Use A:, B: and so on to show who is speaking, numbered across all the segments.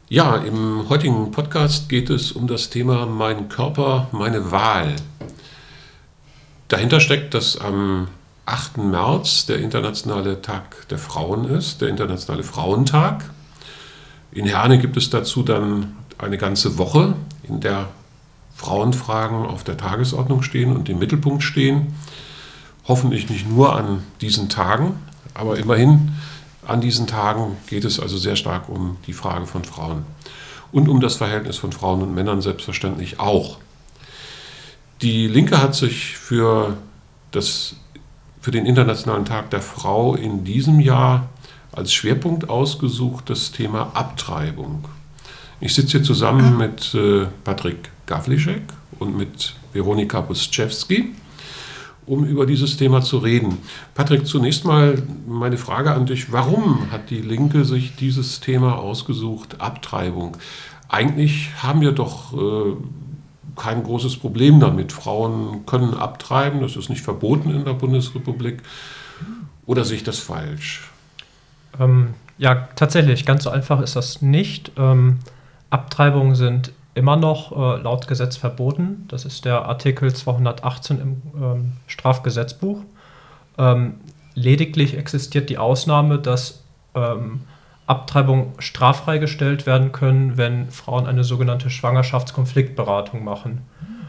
A: Ja, im heutigen Podcast geht es um das Thema Mein Körper, meine Wahl. Dahinter steckt, dass am 8. März der internationale Tag der Frauen ist, der internationale Frauentag. In Herne gibt es dazu dann eine ganze Woche, in der Frauenfragen auf der Tagesordnung stehen und im Mittelpunkt stehen. Hoffentlich nicht nur an diesen Tagen, aber immerhin an diesen Tagen geht es also sehr stark um die Frage von Frauen. Und um das Verhältnis von Frauen und Männern selbstverständlich auch. Die Linke hat sich für den Internationalen Tag der Frau in diesem Jahr als Schwerpunkt ausgesucht das Thema Abtreibung. Ich sitze hier zusammen mit Patrick Gawlischek und mit Veronika Buszczewski, um über dieses Thema zu reden. Patrick, zunächst mal meine Frage an dich. Warum hat die Linke sich dieses Thema ausgesucht, Abtreibung? Eigentlich haben wir doch kein großes Problem damit. Frauen können abtreiben, das ist nicht verboten in der Bundesrepublik. Oder sehe ich das falsch?
B: Ja, tatsächlich, ganz so einfach ist das nicht. Abtreibungen sind immer noch laut Gesetz verboten. Das ist der Artikel 218 im Strafgesetzbuch. Lediglich existiert die Ausnahme, dass Abtreibungen straffrei gestellt werden können, wenn Frauen eine sogenannte Schwangerschaftskonfliktberatung machen.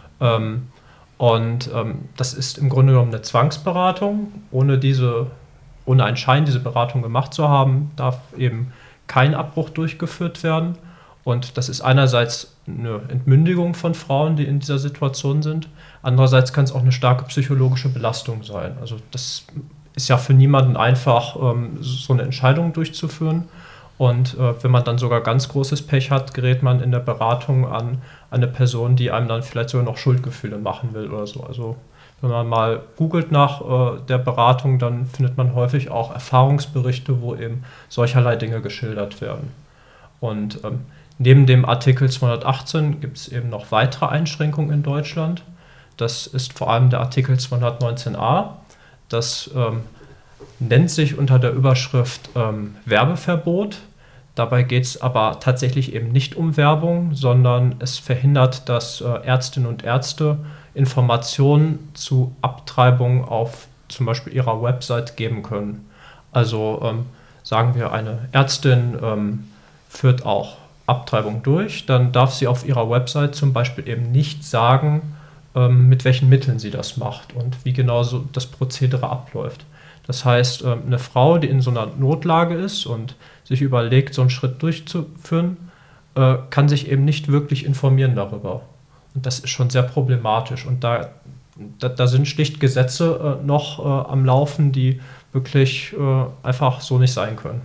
B: Das ist im Grunde genommen eine Zwangsberatung. Ohne einen Schein diese Beratung gemacht zu haben, darf eben kein Abbruch durchgeführt werden. Und das ist einerseits eine Entmündigung von Frauen, die in dieser Situation sind. Andererseits kann es auch eine starke psychologische Belastung sein. Also das ist ja für niemanden einfach, so eine Entscheidung durchzuführen. Und wenn man dann sogar ganz großes Pech hat, gerät man in der Beratung an eine Person, die einem dann vielleicht sogar noch Schuldgefühle machen will oder so. Also wenn man mal googelt nach der Beratung, dann findet man häufig auch Erfahrungsberichte, wo eben solcherlei Dinge geschildert werden. Und neben dem Artikel 218 gibt es eben noch weitere Einschränkungen in Deutschland. Das ist vor allem der Artikel 219a. Das nennt sich unter der Überschrift Werbeverbot. Dabei geht es aber tatsächlich eben nicht um Werbung, sondern es verhindert, dass Ärztinnen und Ärzte Informationen zu Abtreibung auf zum Beispiel ihrer Website geben können. Also sagen wir, eine Ärztin führt auch Abtreibung durch, dann darf sie auf ihrer Website zum Beispiel eben nicht sagen, mit welchen Mitteln sie das macht und wie genau so das Prozedere abläuft. Das heißt, eine Frau, die in so einer Notlage ist und sich überlegt, so einen Schritt durchzuführen, kann sich eben nicht wirklich informieren darüber. Und das ist schon sehr problematisch. Und da sind schlicht Gesetze noch am Laufen, die wirklich einfach so nicht sein können.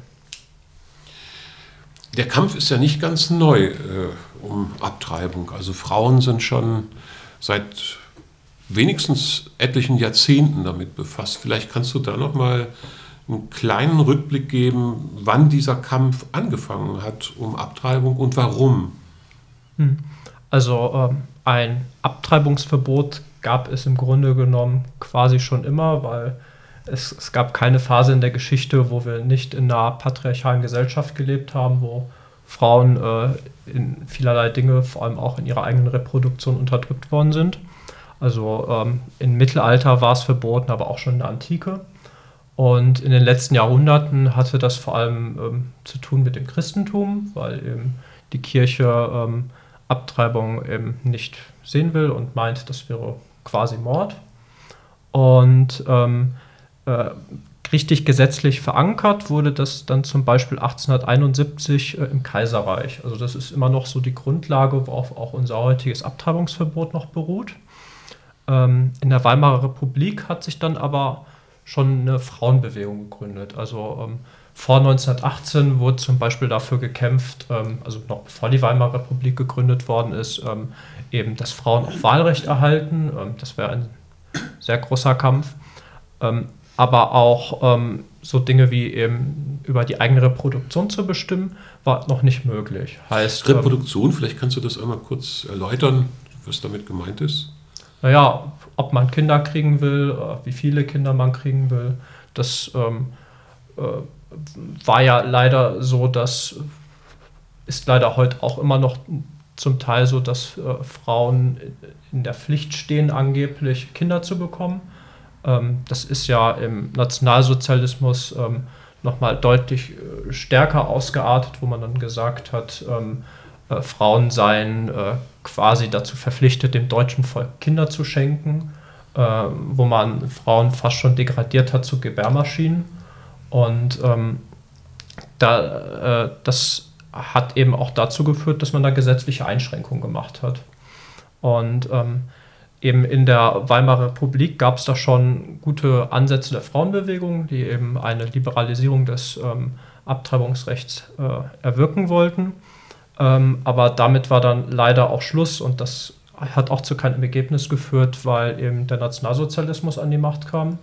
A: Der Kampf ist ja nicht ganz neu um Abtreibung. Also Frauen sind schon seit wenigstens etlichen Jahrzehnten damit befasst. Vielleicht kannst du da noch mal einen kleinen Rückblick geben, wann dieser Kampf angefangen hat um Abtreibung und warum.
B: Also ein Abtreibungsverbot gab es im Grunde genommen quasi schon immer, weil es gab keine Phase in der Geschichte, wo wir nicht in einer patriarchalen Gesellschaft gelebt haben, wo Frauen in vielerlei Dinge, vor allem auch in ihrer eigenen Reproduktion, unterdrückt worden sind. Also im Mittelalter war es verboten, aber auch schon in der Antike. Und in den letzten Jahrhunderten hatte das vor allem zu tun mit dem Christentum, weil eben die Kirche Abtreibung eben nicht sehen will und meint, das wäre quasi Mord. Und richtig gesetzlich verankert wurde das dann zum Beispiel 1871 im Kaiserreich. Also das ist immer noch so die Grundlage, worauf auch unser heutiges Abtreibungsverbot noch beruht. In der Weimarer Republik hat sich dann aber schon eine Frauenbewegung gegründet. Also vor 1918 wurde zum Beispiel dafür gekämpft, also noch bevor die Weimarer Republik gegründet worden ist, eben, dass Frauen auch Wahlrecht erhalten. Das wäre ein sehr großer Kampf. Aber auch so Dinge wie eben über die eigene Reproduktion zu bestimmen, war noch nicht möglich. Heißt,
A: Reproduktion, vielleicht kannst du das einmal kurz erläutern, was damit gemeint ist?
B: Naja, ob man Kinder kriegen will, wie viele Kinder man kriegen will, das war ja leider so, dass ist leider heute auch immer noch zum Teil so, dass Frauen in der Pflicht stehen, angeblich Kinder zu bekommen. Das ist ja im Nationalsozialismus nochmal deutlich stärker ausgeartet, wo man dann gesagt hat, Frauen seien quasi dazu verpflichtet, dem deutschen Volk Kinder zu schenken, wo man Frauen fast schon degradiert hat zu Gebärmaschinen. Und das hat eben auch dazu geführt, dass man da gesetzliche Einschränkungen gemacht hat. Und eben in der Weimarer Republik gab es da schon gute Ansätze der Frauenbewegung, die eben eine Liberalisierung des Abtreibungsrechts erwirken wollten. Aber damit war dann leider auch Schluss und das hat auch zu keinem Ergebnis geführt, weil eben der Nationalsozialismus an die Macht kam.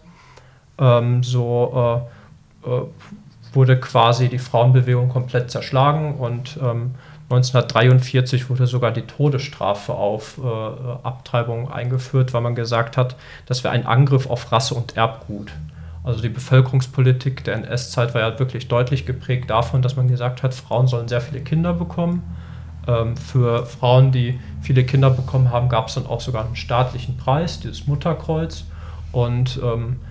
B: Wurde quasi die Frauenbewegung komplett zerschlagen und 1943 wurde sogar die Todesstrafe auf Abtreibung eingeführt, weil man gesagt hat, das wäre ein Angriff auf Rasse und Erbgut. Also die Bevölkerungspolitik der NS-Zeit war ja wirklich deutlich geprägt davon, dass man gesagt hat, Frauen sollen sehr viele Kinder bekommen. Für Frauen, die viele Kinder bekommen haben, gab es dann auch sogar einen staatlichen Preis, dieses Mutterkreuz. Und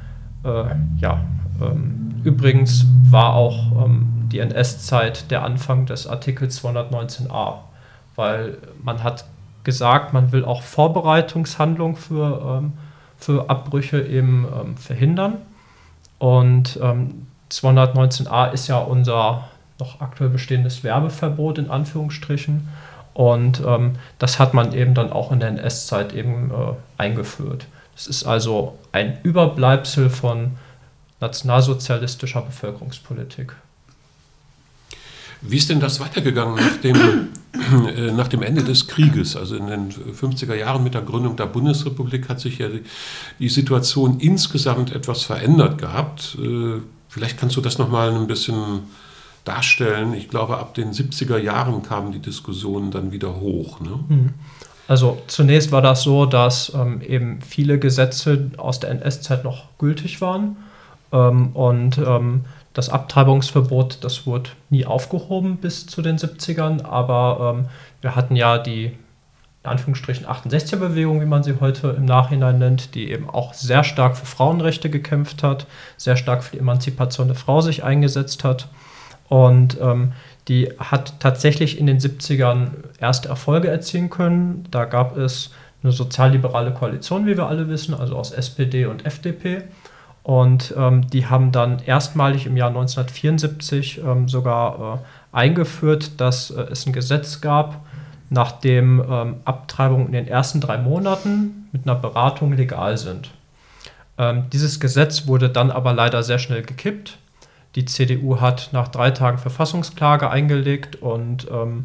B: übrigens war auch die NS-Zeit der Anfang des Artikels 219a, weil man hat gesagt, man will auch Vorbereitungshandlungen für Abbrüche eben verhindern. Und 219a ist ja unser noch aktuell bestehendes Werbeverbot in Anführungsstrichen. Und das hat man eben dann auch in der NS-Zeit eben eingeführt. Es ist also ein Überbleibsel von nationalsozialistischer Bevölkerungspolitik.
A: Wie ist denn das weitergegangen nach dem Ende des Krieges? Also in den 50er Jahren mit der Gründung der Bundesrepublik hat sich ja die Situation insgesamt etwas verändert gehabt. Vielleicht kannst du das nochmal ein bisschen darstellen. Ich glaube, ab den 70er Jahren kamen die Diskussionen dann wieder hoch. Ne?
B: Also zunächst war das so, dass eben viele Gesetze aus der NS-Zeit noch gültig waren und das Abtreibungsverbot, das wurde nie aufgehoben bis zu den 70ern, aber wir hatten ja die in Anführungsstrichen 68er-Bewegung, wie man sie heute im Nachhinein nennt, die eben auch sehr stark für Frauenrechte gekämpft hat, sehr stark für die Emanzipation der Frau sich eingesetzt hat. Und die hat tatsächlich in den 70ern erste Erfolge erzielen können. Da gab es eine sozialliberale Koalition, wie wir alle wissen, also aus SPD und FDP. Und die haben dann erstmalig im Jahr 1974 sogar eingeführt, dass es ein Gesetz gab, nach dem Abtreibungen in den ersten 3 Monaten mit einer Beratung legal sind. Dieses Gesetz wurde dann aber leider sehr schnell gekippt. Die CDU hat nach 3 Tagen Verfassungsklage eingelegt und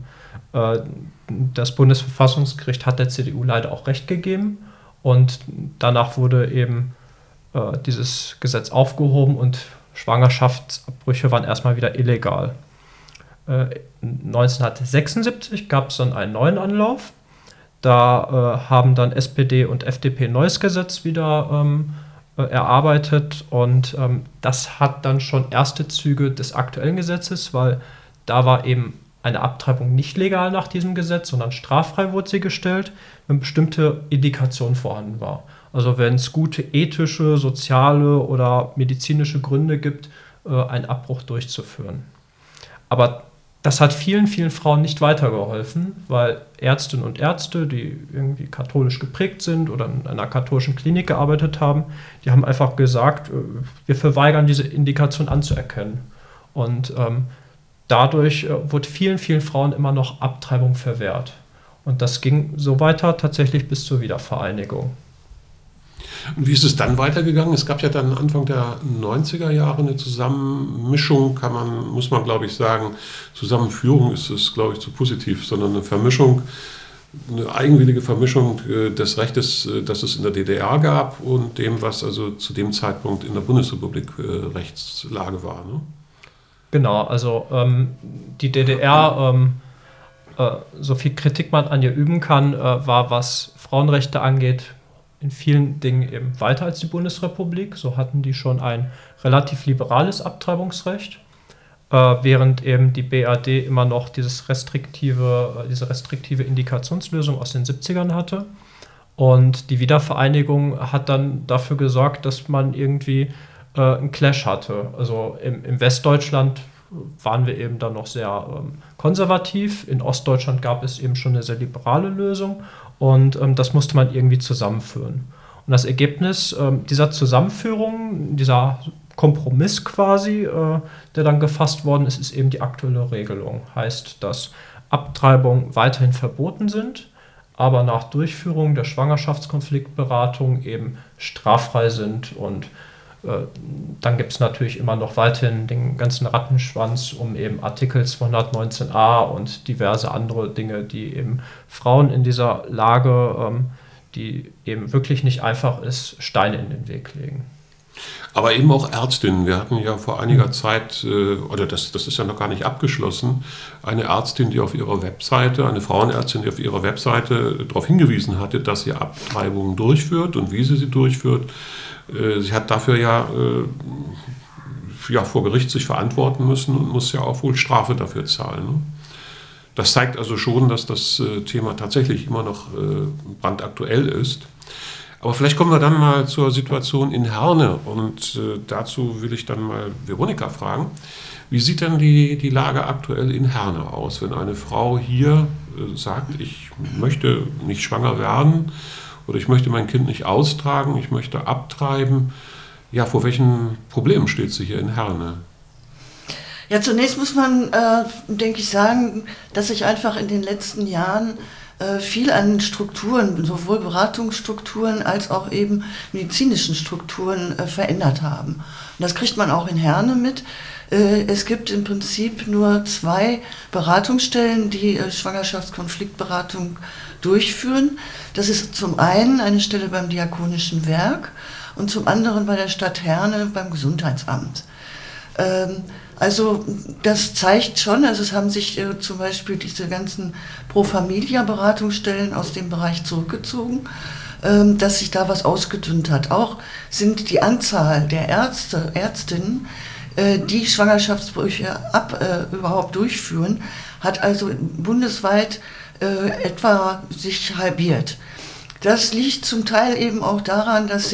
B: das Bundesverfassungsgericht hat der CDU leider auch Recht gegeben. Und danach wurde eben dieses Gesetz aufgehoben und Schwangerschaftsabbrüche waren erstmal wieder illegal. 1976 gab es dann einen neuen Anlauf. Da haben dann SPD und FDP ein neues Gesetz wieder erarbeitet und das hat dann schon erste Züge des aktuellen Gesetzes, weil da war eben eine Abtreibung nicht legal nach diesem Gesetz, sondern straffrei wurde sie gestellt, wenn bestimmte Indikation vorhanden war. Also wenn es gute ethische, soziale oder medizinische Gründe gibt, einen Abbruch durchzuführen. Aber das hat vielen, vielen Frauen nicht weitergeholfen, weil Ärztinnen und Ärzte, die irgendwie katholisch geprägt sind oder in einer katholischen Klinik gearbeitet haben, die haben einfach gesagt, wir verweigern diese Indikation anzuerkennen. Und dadurch wurde vielen, vielen Frauen immer noch Abtreibung verwehrt. Und das ging so weiter tatsächlich bis zur Wiedervereinigung.
A: Und wie ist es dann weitergegangen? Es gab ja dann Anfang der 90er Jahre eine Zusammenmischung, muss man glaube ich sagen, Zusammenführung ist es glaube ich zu positiv, sondern eine Vermischung, eine eigenwillige Vermischung des Rechtes, das es in der DDR gab und dem, was also zu dem Zeitpunkt in der Bundesrepublik Rechtslage war. Ne?
B: Genau, also die DDR, so viel Kritik man an ihr üben kann, war, was Frauenrechte angeht, in vielen Dingen eben weiter als die Bundesrepublik. So hatten die schon ein relativ liberales Abtreibungsrecht. während eben die BAD immer noch diese restriktive Indikationslösung aus den 70ern hatte. Und die Wiedervereinigung hat dann dafür gesorgt, dass man irgendwie einen Clash hatte. Also im Westdeutschland waren wir eben dann noch sehr konservativ. In Ostdeutschland gab es eben schon eine sehr liberale Lösung und das musste man irgendwie zusammenführen. Und das Ergebnis dieser Zusammenführung, dieser Kompromiss quasi, der dann gefasst worden ist, ist eben die aktuelle Regelung. Heißt, dass Abtreibungen weiterhin verboten sind, aber nach Durchführung der Schwangerschaftskonfliktberatung eben straffrei sind. Und dann gibt es natürlich immer noch weiterhin den ganzen Rattenschwanz um eben Artikel 219a und diverse andere Dinge, die eben Frauen in dieser Lage, die eben wirklich nicht einfach ist, Steine in den Weg legen.
A: Aber eben auch Ärztinnen. Wir hatten ja vor einiger Zeit, oder das ist ja noch gar nicht abgeschlossen, eine Ärztin, die auf ihrer Webseite, eine Frauenärztin, die auf ihrer Webseite darauf hingewiesen hatte, dass sie Abtreibungen durchführt und wie sie durchführt. Sie hat dafür ja vor Gericht sich verantworten müssen und muss ja auch wohl Strafe dafür zahlen. Ne? Das zeigt also schon, dass das Thema tatsächlich immer noch brandaktuell ist. Aber vielleicht kommen wir dann mal zur Situation in Herne und dazu will ich dann mal Veronika fragen. Wie sieht denn die Lage aktuell in Herne aus, wenn eine Frau hier sagt, ich möchte nicht schwanger werden oder ich möchte mein Kind nicht austragen, ich möchte abtreiben? Ja, vor welchen Problemen steht sie hier in Herne?
C: Ja, zunächst muss man, denke ich, sagen, dass sich einfach in den letzten Jahren viel an Strukturen, sowohl Beratungsstrukturen als auch eben medizinischen Strukturen verändert haben. Und das kriegt man auch in Herne mit. Es gibt im Prinzip nur 2 Beratungsstellen, die Schwangerschaftskonfliktberatung durchführen. Das ist zum einen eine Stelle beim Diakonischen Werk und zum anderen bei der Stadt Herne beim Gesundheitsamt. Also das zeigt schon, also es haben sich zum Beispiel diese ganzen Pro-Familia-Beratungsstellen aus dem Bereich zurückgezogen, dass sich da was ausgedünnt hat. Auch sind die Anzahl der Ärztinnen, die Schwangerschaftsbrüche überhaupt durchführen, hat also bundesweit etwa sich halbiert. Das liegt zum Teil eben auch daran, dass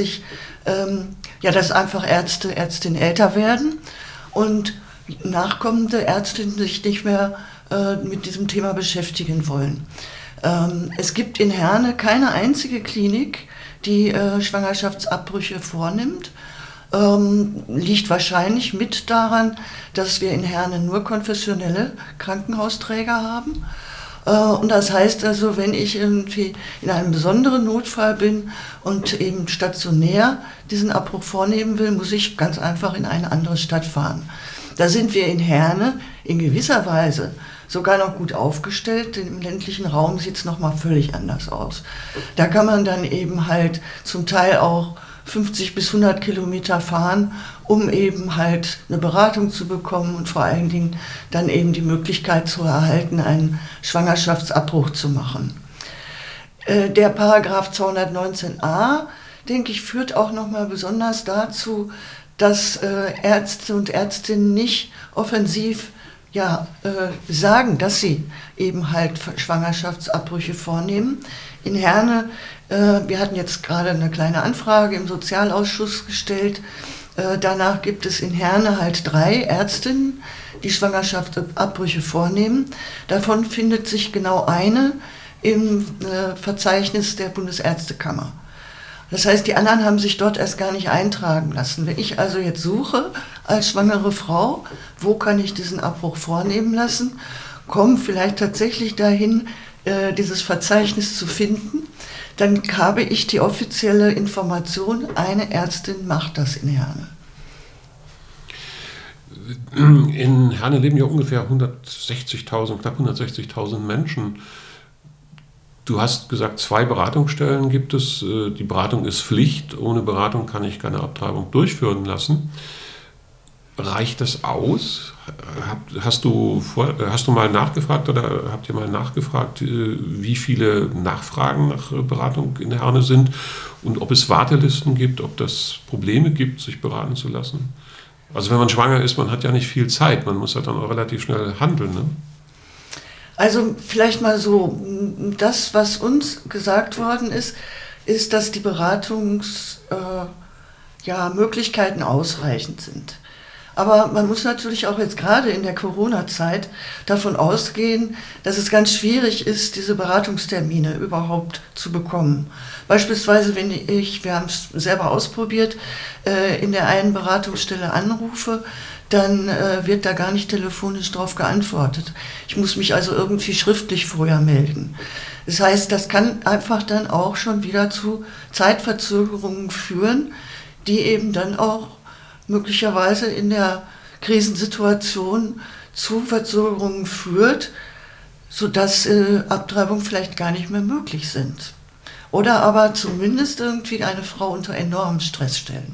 C: dass einfach Ärztinnen älter werden und nachkommende Ärztinnen sich nicht mehr mit diesem Thema beschäftigen wollen. Es gibt in Herne keine einzige Klinik, die Schwangerschaftsabbrüche vornimmt. Liegt wahrscheinlich mit daran, dass wir in Herne nur konfessionelle Krankenhausträger haben. Und das heißt also, wenn ich irgendwie in einem besonderen Notfall bin und eben stationär diesen Abbruch vornehmen will, muss ich ganz einfach in eine andere Stadt fahren. Da sind wir in Herne in gewisser Weise sogar noch gut aufgestellt, denn im ländlichen Raum sieht es nochmal völlig anders aus. Da kann man dann eben halt zum Teil auch 50 bis 100 Kilometer fahren, um eben halt eine Beratung zu bekommen und vor allen Dingen dann eben die Möglichkeit zu erhalten, einen Schwangerschaftsabbruch zu machen. Der Paragraph 219a, denke ich, führt auch nochmal besonders dazu, dass Ärzte und Ärztinnen nicht offensiv sagen, dass sie eben halt Schwangerschaftsabbrüche vornehmen. In Herne, wir hatten jetzt gerade eine kleine Anfrage im Sozialausschuss gestellt, danach gibt es in Herne halt 3 Ärztinnen, die Schwangerschaftsabbrüche vornehmen. Davon findet sich genau eine im Verzeichnis der Bundesärztekammer. Das heißt, die anderen haben sich dort erst gar nicht eintragen lassen. Wenn ich also jetzt suche als schwangere Frau, wo kann ich diesen Abbruch vornehmen lassen, komme vielleicht tatsächlich dahin, dieses Verzeichnis zu finden, dann habe ich die offizielle Information, eine Ärztin macht das in Herne.
A: In Herne leben ja ungefähr knapp 160.000 Menschen. Du hast gesagt, 2 Beratungsstellen gibt es. Die Beratung ist Pflicht. Ohne Beratung kann ich keine Abtreibung durchführen lassen. Reicht das aus? Hast du mal nachgefragt oder habt ihr mal nachgefragt, wie viele Nachfragen nach Beratung in Herne sind und ob es Wartelisten gibt, ob das Probleme gibt, sich beraten zu lassen? Also wenn man schwanger ist, man hat ja nicht viel Zeit, man muss ja dann auch relativ schnell handeln. Ne?
C: Also vielleicht mal so, das, was uns gesagt worden ist, dass die Beratungsmöglichkeiten ausreichend sind. Aber man muss natürlich auch jetzt gerade in der Corona-Zeit davon ausgehen, dass es ganz schwierig ist, diese Beratungstermine überhaupt zu bekommen. Beispielsweise, wenn wir haben es selber ausprobiert, in der einen Beratungsstelle anrufe, dann wird da gar nicht telefonisch drauf geantwortet. Ich muss mich also irgendwie schriftlich vorher melden. Das heißt, das kann einfach dann auch schon wieder zu Zeitverzögerungen führen, die eben dann auch möglicherweise in der Krisensituation zu Verzögerungen führt, sodass Abtreibungen vielleicht gar nicht mehr möglich sind. Oder aber zumindest irgendwie eine Frau unter enormen Stress stellen.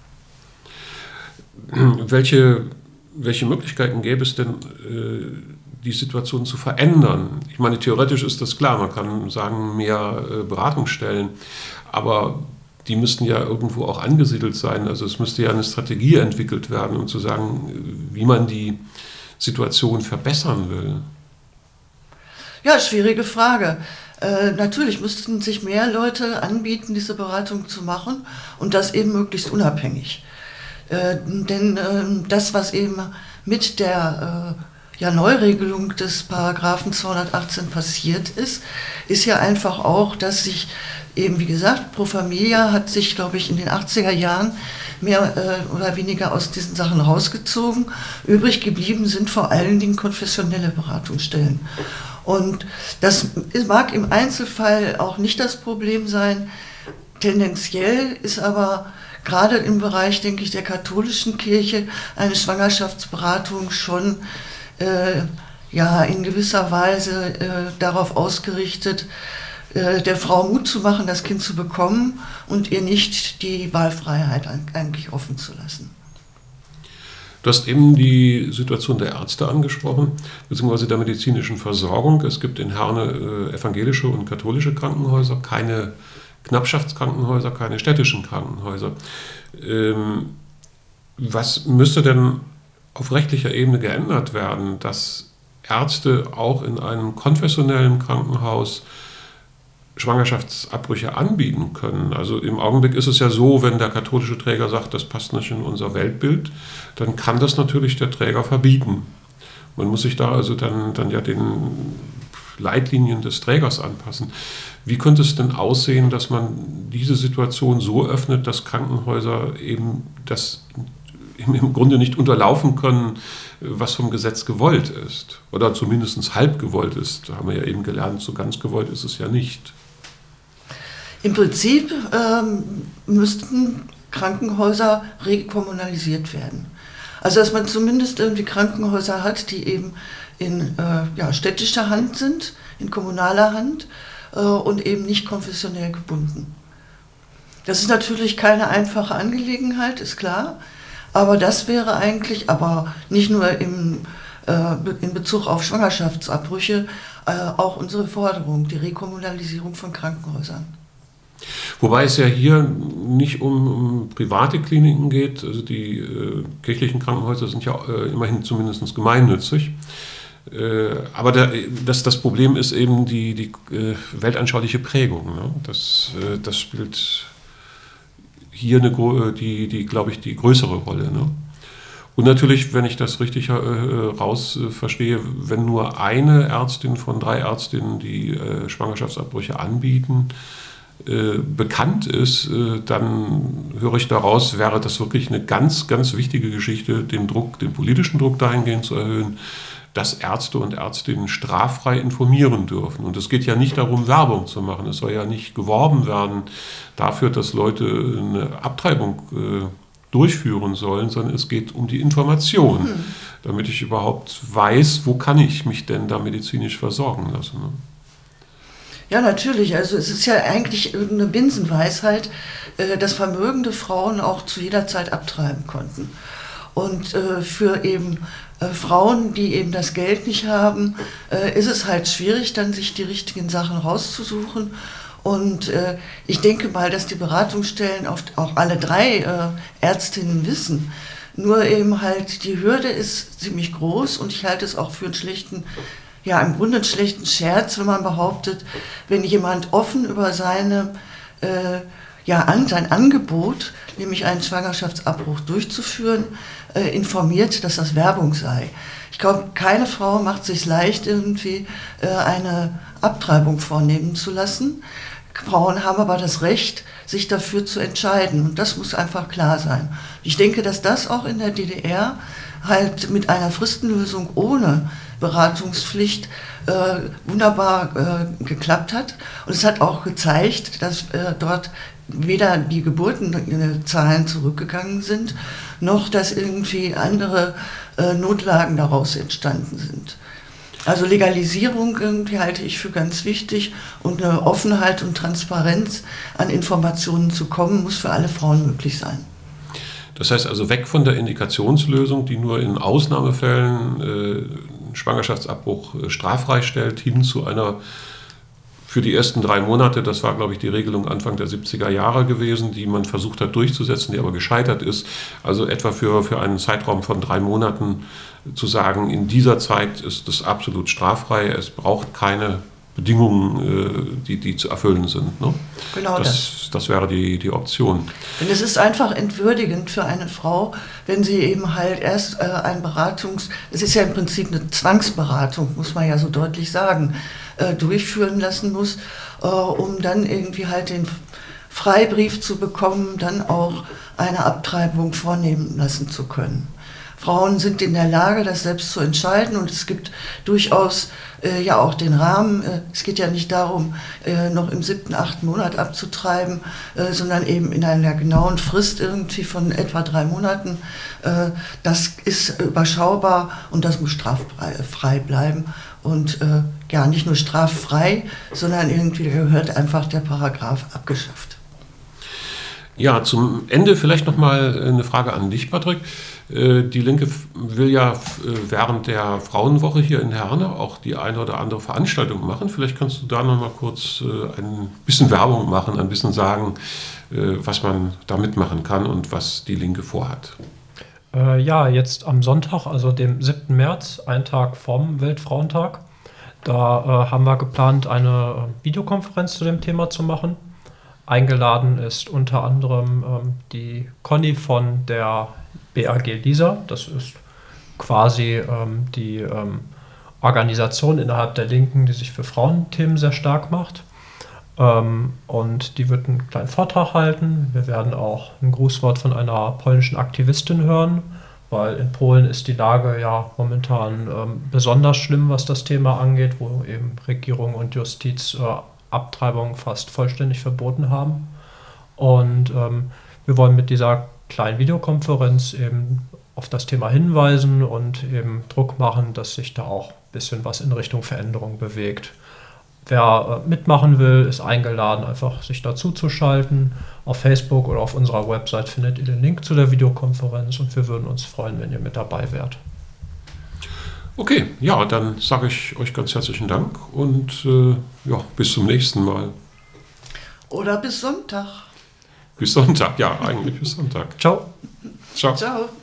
A: Welche Möglichkeiten gäbe es denn, die Situation zu verändern? Ich meine, theoretisch ist das klar, man kann sagen, mehr Beratungsstellen, aber die müssten ja irgendwo auch angesiedelt sein. Also es müsste ja eine Strategie entwickelt werden, um zu sagen, wie man die Situation verbessern will.
C: Ja, schwierige Frage. Natürlich müssten sich mehr Leute anbieten, diese Beratung zu machen und das eben möglichst unabhängig. Denn das, was eben mit der Neuregelung des Paragraphen 218 passiert ist ja einfach auch, dass sich eben, wie gesagt, Pro Familia hat sich, glaube ich, in den 80er Jahren mehr oder weniger aus diesen Sachen rausgezogen. Übrig geblieben sind vor allen Dingen konfessionelle Beratungsstellen. Und das mag im Einzelfall auch nicht das Problem sein. Tendenziell ist aber gerade im Bereich, denke ich, der katholischen Kirche eine Schwangerschaftsberatung schon in gewisser Weise darauf ausgerichtet, der Frau Mut zu machen, das Kind zu bekommen und ihr nicht die Wahlfreiheit eigentlich offen zu lassen.
A: Du hast eben die Situation der Ärzte angesprochen, beziehungsweise der medizinischen Versorgung. Es gibt in Herne evangelische und katholische Krankenhäuser, keine Knappschaftskrankenhäuser, keine städtischen Krankenhäuser. Was müsste denn auf rechtlicher Ebene geändert werden, dass Ärzte auch in einem konfessionellen Krankenhaus Schwangerschaftsabbrüche anbieten können? Also im Augenblick ist es ja so, wenn der katholische Träger sagt, das passt nicht in unser Weltbild, dann kann das natürlich der Träger verbieten. Man muss sich da also dann ja den Leitlinien des Trägers anpassen. Wie könnte es denn aussehen, dass man diese Situation so öffnet, dass Krankenhäuser eben das im Grunde nicht unterlaufen können, was vom Gesetz gewollt ist? Oder zumindest halb gewollt ist. Da haben wir ja eben gelernt, so ganz gewollt ist es ja nicht.
C: Im Prinzip müssten Krankenhäuser rekommunalisiert werden. Also dass man zumindest irgendwie Krankenhäuser hat, die eben in städtischer Hand sind, in kommunaler Hand und eben nicht konfessionell gebunden. Das ist natürlich keine einfache Angelegenheit, ist klar, aber das wäre eigentlich, aber nicht nur in Bezug auf Schwangerschaftsabbrüche, auch unsere Forderung, die Rekommunalisierung von Krankenhäusern.
A: Wobei es ja hier nicht um private Kliniken geht, also die kirchlichen Krankenhäuser sind ja immerhin zumindest gemeinnützig. Aber das Problem ist eben die weltanschauliche Prägung. Ne? Das spielt hier glaube ich, die größere Rolle. Ne? Und natürlich, wenn ich das richtig verstehe, wenn nur eine Ärztin von 3 Ärztinnen, die Schwangerschaftsabbrüche anbieten, bekannt ist, dann höre ich daraus, wäre das wirklich eine ganz, ganz wichtige Geschichte, den politischen Druck dahingehend zu erhöhen, dass Ärzte und Ärztinnen straffrei informieren dürfen. Und es geht ja nicht darum, Werbung zu machen. Es soll ja nicht geworben werden dafür, dass Leute eine Abtreibung durchführen sollen, sondern es geht um die Information, damit ich überhaupt weiß, wo kann ich mich denn da medizinisch versorgen lassen. Ne?
C: Ja, natürlich. Also es ist ja eigentlich eine Binsenweisheit, dass vermögende Frauen auch zu jeder Zeit abtreiben konnten. Und für eben Frauen, die eben das Geld nicht haben, ist es halt schwierig, dann sich die richtigen Sachen rauszusuchen. Und ich denke mal, dass die Beratungsstellen oft auch alle 3 Ärztinnen wissen, Nur eben halt, die Hürde ist ziemlich groß und ich halte es auch für einen schlechten, ja, im Grunde einen schlechten Scherz, wenn man behauptet, wenn jemand offen über sein Angebot, nämlich einen Schwangerschaftsabbruch durchzuführen, informiert, dass das Werbung sei. Ich glaube, keine Frau macht es sich leicht, irgendwie eine Abtreibung vornehmen zu lassen. Frauen haben aber das Recht, sich dafür zu entscheiden. Und das muss einfach klar sein. Ich denke, dass das auch in der DDR halt mit einer Fristenlösung ohne Beratungspflicht wunderbar geklappt hat. Und es hat auch gezeigt, dass dort weder die Geburtenzahlen zurückgegangen sind, noch dass irgendwie andere Notlagen daraus entstanden sind. Also Legalisierung irgendwie halte ich für ganz wichtig und eine Offenheit und Transparenz an Informationen zu kommen, muss für alle Frauen möglich sein.
A: Das heißt also weg von der Indikationslösung, die nur in Ausnahmefällen Schwangerschaftsabbruch straffrei stellt, hin zu einer für die ersten 3 Monate, das war, glaube ich, die Regelung Anfang der 70er Jahre gewesen, die man versucht hat durchzusetzen, die aber gescheitert ist. Also etwa für einen Zeitraum von 3 Monaten zu sagen, in dieser Zeit ist es absolut straffrei, es braucht keine Bedingungen, die zu erfüllen sind. Ne?
C: Genau
A: das wäre die Option.
C: Denn es ist einfach entwürdigend für eine Frau, wenn sie eben halt erst es ist ja im Prinzip eine Zwangsberatung, muss man ja so deutlich sagen, durchführen lassen muss, um dann irgendwie halt den Freibrief zu bekommen, dann auch eine Abtreibung vornehmen lassen zu können. Frauen sind in der Lage, das selbst zu entscheiden und es gibt durchaus ja auch den Rahmen. Es geht ja nicht darum, noch im 7., 8. Monat abzutreiben, sondern eben in einer genauen Frist irgendwie von etwa 3 Monaten. Das ist überschaubar und das muss straffrei bleiben. Und ja, nicht nur straffrei, sondern irgendwie gehört einfach der Paragraph abgeschafft.
A: Ja, zum Ende vielleicht nochmal eine Frage an dich, Patrick. Die Linke will ja während der Frauenwoche hier in Herne auch die eine oder andere Veranstaltung machen. Vielleicht kannst du da nochmal kurz ein bisschen Werbung machen, ein bisschen sagen, was man da mitmachen kann und was die Linke vorhat.
B: Ja, jetzt am Sonntag, also dem 7. März, einen Tag vorm Weltfrauentag, da haben wir geplant, eine Videokonferenz zu dem Thema zu machen. Eingeladen ist unter anderem die Conny von der BAG Lisa. Das ist quasi die Organisation innerhalb der Linken, die sich für Frauenthemen sehr stark macht. Und die wird einen kleinen Vortrag halten. Wir werden auch ein Grußwort von einer polnischen Aktivistin hören, weil in Polen ist die Lage ja momentan besonders schlimm, was das Thema angeht, wo eben Regierung und Justiz Abtreibung fast vollständig verboten haben. Und wir wollen mit dieser kleinen Videokonferenz eben auf das Thema hinweisen und eben Druck machen, dass sich da auch ein bisschen was in Richtung Veränderung bewegt. Wer mitmachen will, ist eingeladen, einfach sich dazu zu schalten. Auf Facebook oder auf unserer Website findet ihr den Link zu der Videokonferenz und wir würden uns freuen, wenn ihr mit dabei wärt.
A: Okay, ja, dann sage ich euch ganz herzlichen Dank und ja, bis zum nächsten Mal.
C: Oder bis Sonntag.
A: Bis Sonntag, ja, eigentlich bis Sonntag.
B: Ciao.
A: Ciao.
C: Ciao.